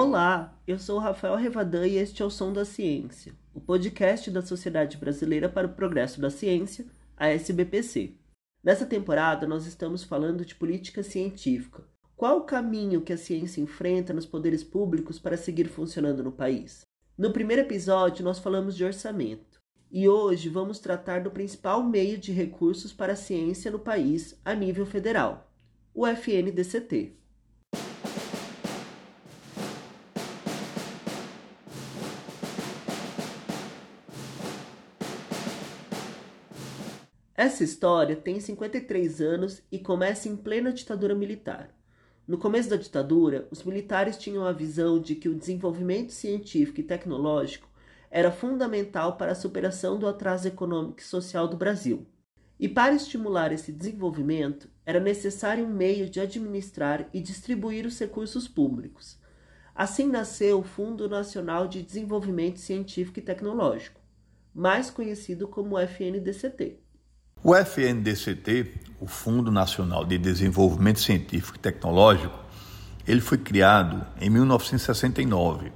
Olá, eu sou o Rafael Revadan e este é o Som da Ciência, o podcast da Sociedade Brasileira para o Progresso da Ciência, a SBPC. Nessa temporada, nós estamos falando de política científica. Qual o caminho que a ciência enfrenta nos poderes públicos para seguir funcionando no país? No primeiro episódio, nós falamos de orçamento. E hoje vamos tratar do principal meio de recursos para a ciência no país a nível federal, o FNDCT. Essa história tem 53 anos e começa em plena ditadura militar. No começo da ditadura, os militares tinham a visão de que o desenvolvimento científico e tecnológico era fundamental para a superação do atraso econômico e social do Brasil. E para estimular esse desenvolvimento, era necessário um meio de administrar e distribuir os recursos públicos. Assim nasceu o Fundo Nacional de Desenvolvimento Científico e Tecnológico, mais conhecido como FNDCT. O FNDCT, o Fundo Nacional de Desenvolvimento Científico e Tecnológico, ele foi criado em 1969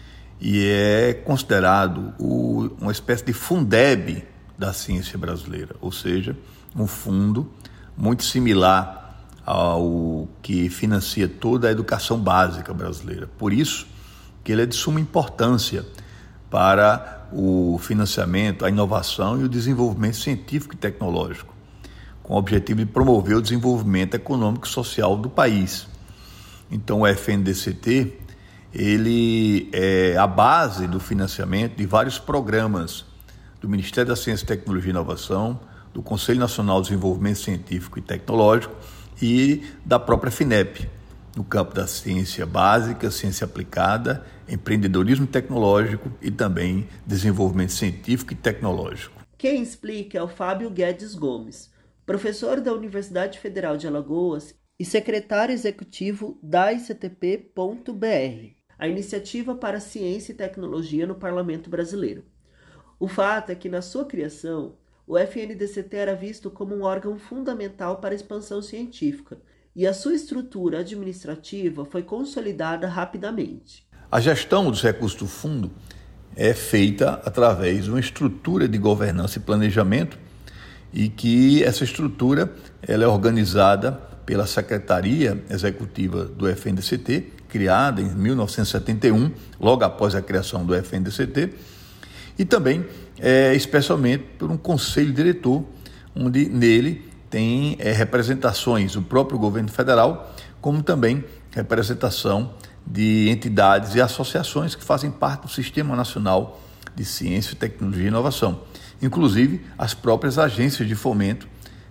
e é considerado uma espécie de Fundeb da ciência brasileira, ou seja, um fundo muito similar ao que financia toda a educação básica brasileira. Por isso que ele é de suma importância para o financiamento, a inovação e o desenvolvimento científico e tecnológico, com o objetivo de promover o desenvolvimento econômico e social do país. Então, o FNDCT, ele é a base do financiamento de vários programas do Ministério da Ciência, Tecnologia e Inovação, do Conselho Nacional de Desenvolvimento Científico e Tecnológico e da própria FINEP, no campo da ciência básica, ciência aplicada, empreendedorismo tecnológico e também desenvolvimento científico e tecnológico. Quem explica é o Fábio Guedes Gomes, professor da Universidade Federal de Alagoas e secretário executivo da ICTP.br, a Iniciativa para Ciência e Tecnologia no Parlamento Brasileiro. O fato é que, na sua criação, o FNDCT era visto como um órgão fundamental para a expansão científica, e a sua estrutura administrativa foi consolidada rapidamente. A gestão dos recursos do fundo é feita através de uma estrutura de governança e planejamento e que essa estrutura ela é organizada pela Secretaria Executiva do FNDCT, criada em 1971, logo após a criação do FNDCT, e também especialmente por um conselho diretor, onde nele tem representações do próprio governo federal, como também representação de entidades e associações que fazem parte do Sistema Nacional de Ciência, Tecnologia e Inovação, inclusive as próprias agências de fomento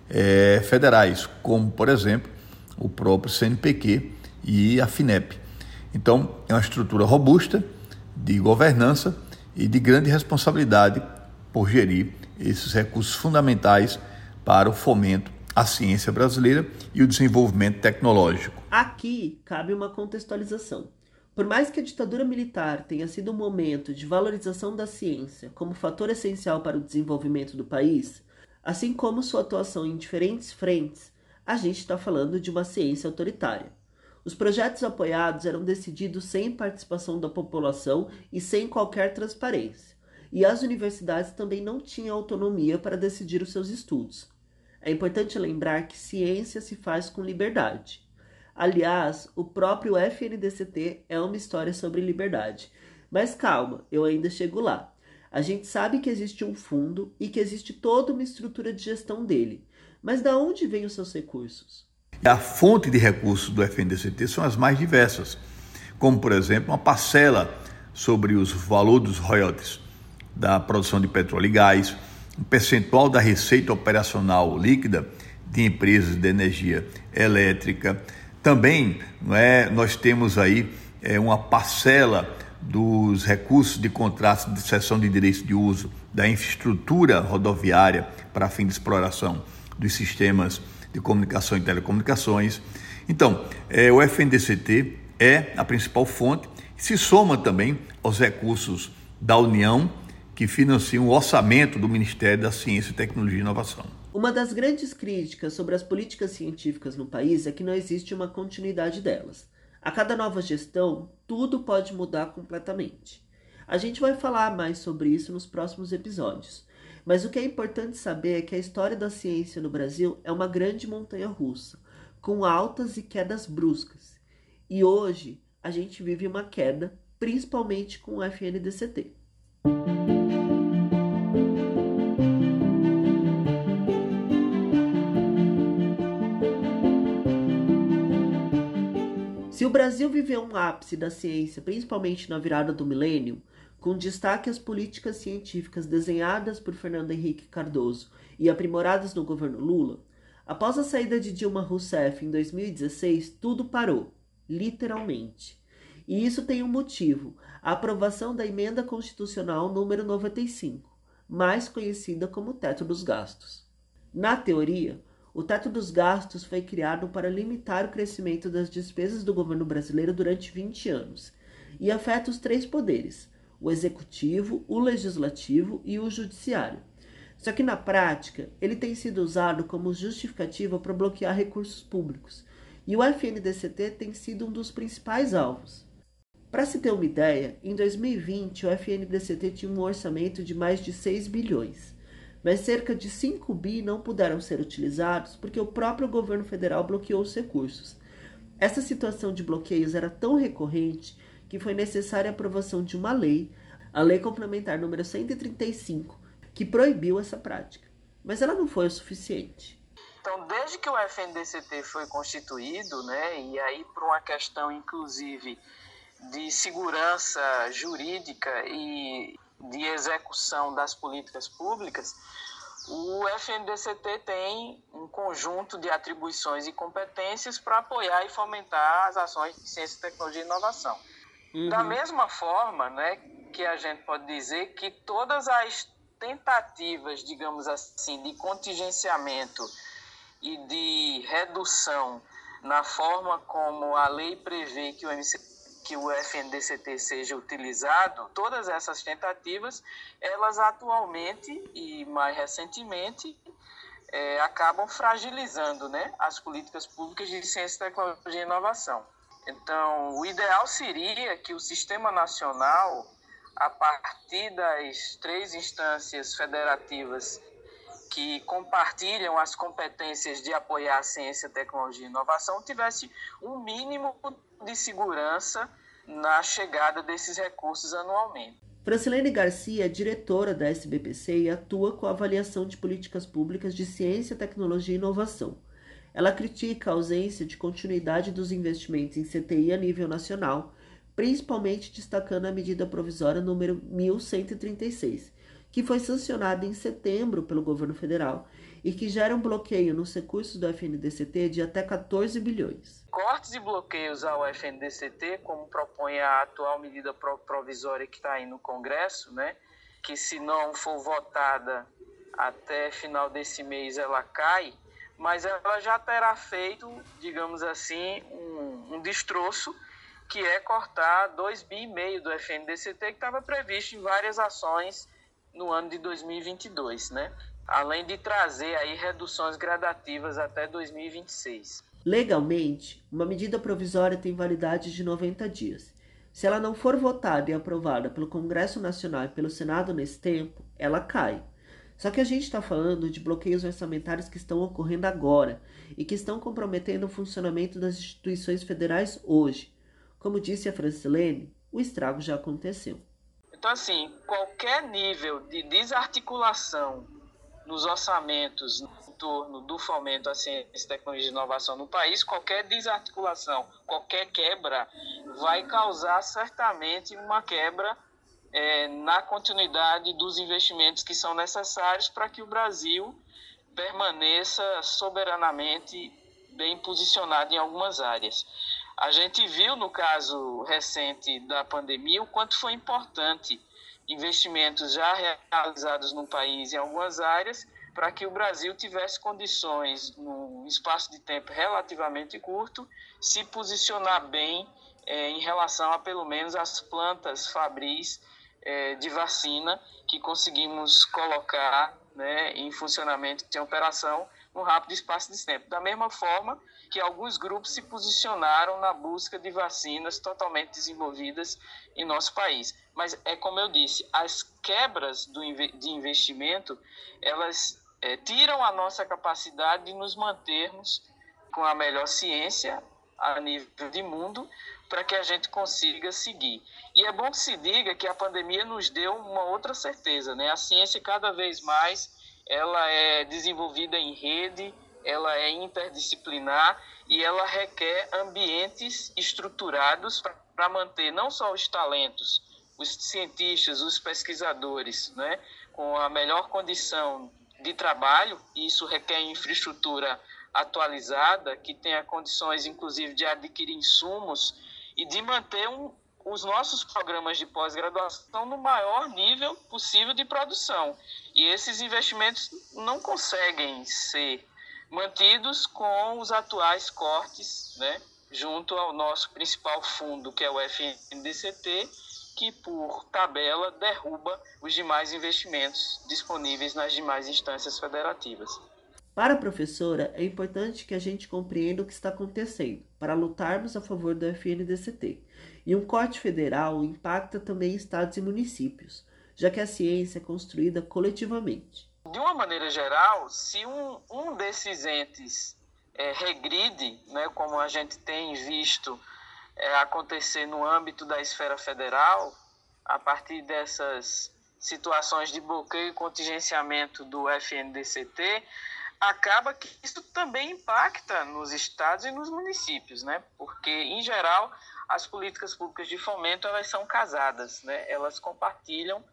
federais, como, por exemplo, o próprio CNPq e a FINEP. Então, é uma estrutura robusta de governança e de grande responsabilidade por gerir esses recursos fundamentais para o fomento à ciência brasileira e o desenvolvimento tecnológico. Aqui cabe uma contextualização. Por mais que a ditadura militar tenha sido um momento de valorização da ciência como fator essencial para o desenvolvimento do país, assim como sua atuação em diferentes frentes, a gente está falando de uma ciência autoritária. Os projetos apoiados eram decididos sem participação da população e sem qualquer transparência. E as universidades também não tinham autonomia para decidir os seus estudos. É importante lembrar que ciência se faz com liberdade. Aliás, o próprio FNDCT é uma história sobre liberdade. Mas calma, eu ainda chego lá. A gente sabe que existe um fundo e que existe toda uma estrutura de gestão dele. Mas de onde vêm os seus recursos? A fonte de recursos do FNDCT são as mais diversas, como, por exemplo, uma parcela sobre os valores dos royalties da produção de petróleo e gás, um percentual da receita operacional líquida de empresas de energia elétrica. Também nós temos aí uma parcela dos recursos de contratos de cessão de direitos de uso da infraestrutura rodoviária para fim de exploração dos sistemas de comunicação e telecomunicações. Então, o FNDCT é a principal fonte, se soma também aos recursos da União, que financiam o orçamento do Ministério da Ciência, Tecnologia e Inovação. Uma das grandes críticas sobre as políticas científicas no país é que não existe uma continuidade delas. A cada nova gestão, tudo pode mudar completamente. A gente vai falar mais sobre isso nos próximos episódios. Mas o que é importante saber é que a história da ciência no Brasil é uma grande montanha-russa, com altas e quedas bruscas. E hoje a gente vive uma queda, principalmente com o FNDCT. Se o Brasil viveu um ápice da ciência, principalmente na virada do milênio, com destaque às políticas científicas desenhadas por Fernando Henrique Cardoso e aprimoradas no governo Lula, após a saída de Dilma Rousseff em 2016, tudo parou, literalmente. E isso tem um motivo, a aprovação da Emenda Constitucional número 95, mais conhecida como Teto dos Gastos. Na teoria, o teto dos gastos foi criado para limitar o crescimento das despesas do governo brasileiro durante 20 anos e afeta os três poderes, o executivo, o legislativo e o judiciário. Só que na prática, ele tem sido usado como justificativa para bloquear recursos públicos e o FNDCT tem sido um dos principais alvos. Para se ter uma ideia, em 2020 o FNDCT tinha um orçamento de mais de 6 bilhões. Mas cerca de 5 bi não puderam ser utilizados porque o próprio governo federal bloqueou os recursos. Essa situação de bloqueios era tão recorrente que foi necessária a aprovação de uma lei, a Lei Complementar número 135, que proibiu essa prática. Mas ela não foi o suficiente. Então, desde que o FNDCT foi constituído, e aí por uma questão, inclusive, de segurança jurídica e de execução das políticas públicas, o FNDCT tem um conjunto de atribuições e competências para apoiar e fomentar as ações de ciência, tecnologia e inovação. Da mesma forma, que a gente pode dizer que todas as tentativas, digamos assim, de contingenciamento e de redução na forma como a lei prevê que o FNDCT seja utilizado, todas essas tentativas, elas atualmente e mais recentemente acabam fragilizando as políticas públicas de ciência, tecnologia e inovação. Então, o ideal seria que o Sistema Nacional, a partir das 3 instâncias federativas que compartilham as competências de apoiar a ciência, tecnologia e inovação, tivesse um mínimo de segurança na chegada desses recursos anualmente. Francilene Garcia é diretora da SBPC e atua com a avaliação de políticas públicas de ciência, tecnologia e inovação. Ela critica a ausência de continuidade dos investimentos em CTI a nível nacional, principalmente destacando a medida provisória número 1136, que foi sancionada em setembro pelo governo federal e que gera um bloqueio nos recursos do FNDCT de até 14 bilhões. Cortes e bloqueios ao FNDCT, como propõe a atual medida provisória que está aí no Congresso, que se não for votada até final desse mês ela cai, mas ela já terá feito, digamos assim, um destroço, que é cortar 2,5 bi do FNDCT, que estava previsto em várias ações no ano de 2022, além de trazer aí reduções gradativas até 2026. Legalmente, uma medida provisória tem validade de 90 dias. Se ela não for votada e aprovada pelo Congresso Nacional e pelo Senado nesse tempo, ela cai. Só que a gente está falando de bloqueios orçamentários que estão ocorrendo agora e que estão comprometendo o funcionamento das instituições federais hoje. Como disse a Francilene, o estrago já aconteceu. Então, assim, qualquer nível de desarticulação nos orçamentos em torno do fomento à ciência, tecnologia e inovação no país, qualquer desarticulação, qualquer quebra, vai causar certamente uma quebra na continuidade dos investimentos que são necessários para que o Brasil permaneça soberanamente bem posicionado em algumas áreas. A gente viu no caso recente da pandemia o quanto foi importante investimentos já realizados no país em algumas áreas para que o Brasil tivesse condições, num espaço de tempo relativamente curto, se posicionar bem em relação a pelo menos as plantas fabris de vacina que conseguimos colocar em funcionamento, em operação, num rápido espaço de tempo. Da mesma forma que alguns grupos se posicionaram na busca de vacinas totalmente desenvolvidas em nosso país. Mas é como eu disse, as quebras de investimento, elas tiram a nossa capacidade de nos mantermos com a melhor ciência a nível de mundo, para que a gente consiga seguir. E é bom que se diga que a pandemia nos deu uma outra certeza, né? A ciência cada vez mais ela é desenvolvida em rede, ela é interdisciplinar e ela requer ambientes estruturados para manter não só os talentos, os cientistas, os pesquisadores, né, com a melhor condição de trabalho, e isso requer infraestrutura atualizada, que tenha condições, inclusive, de adquirir insumos e de manter os nossos programas de pós-graduação no maior nível possível de produção. E esses investimentos não conseguem ser mantidos com os atuais cortes, né, junto ao nosso principal fundo, que é o FNDCT, que, por tabela, derruba os demais investimentos disponíveis nas demais instâncias federativas. Para a professora, é importante que a gente compreenda o que está acontecendo para lutarmos a favor do FNDCT. E um corte federal impacta também estados e municípios, já que a ciência é construída coletivamente. De uma maneira geral, se um desses entes regride, né, como a gente tem visto acontecer no âmbito da esfera federal, a partir dessas situações de bloqueio e contingenciamento do FNDCT, acaba que isso também impacta nos estados e nos municípios, né? Porque, em geral, as políticas públicas de fomento elas são casadas, né? Elas compartilham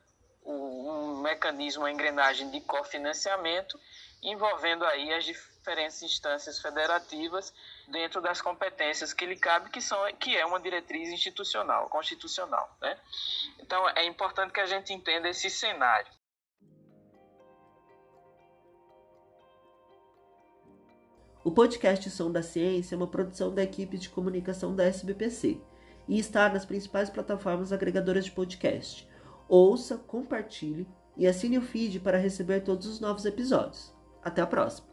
um mecanismo, uma engrenagem de cofinanciamento, envolvendo aí as diferentes instâncias federativas dentro das competências que lhe cabe, que é uma diretriz institucional, constitucional, né? Então, é importante que a gente entenda esse cenário. O podcast Som da Ciência é uma produção da equipe de comunicação da SBPC e está nas principais plataformas agregadoras de podcast. Ouça, compartilhe e assine o feed para receber todos os novos episódios. Até a próxima!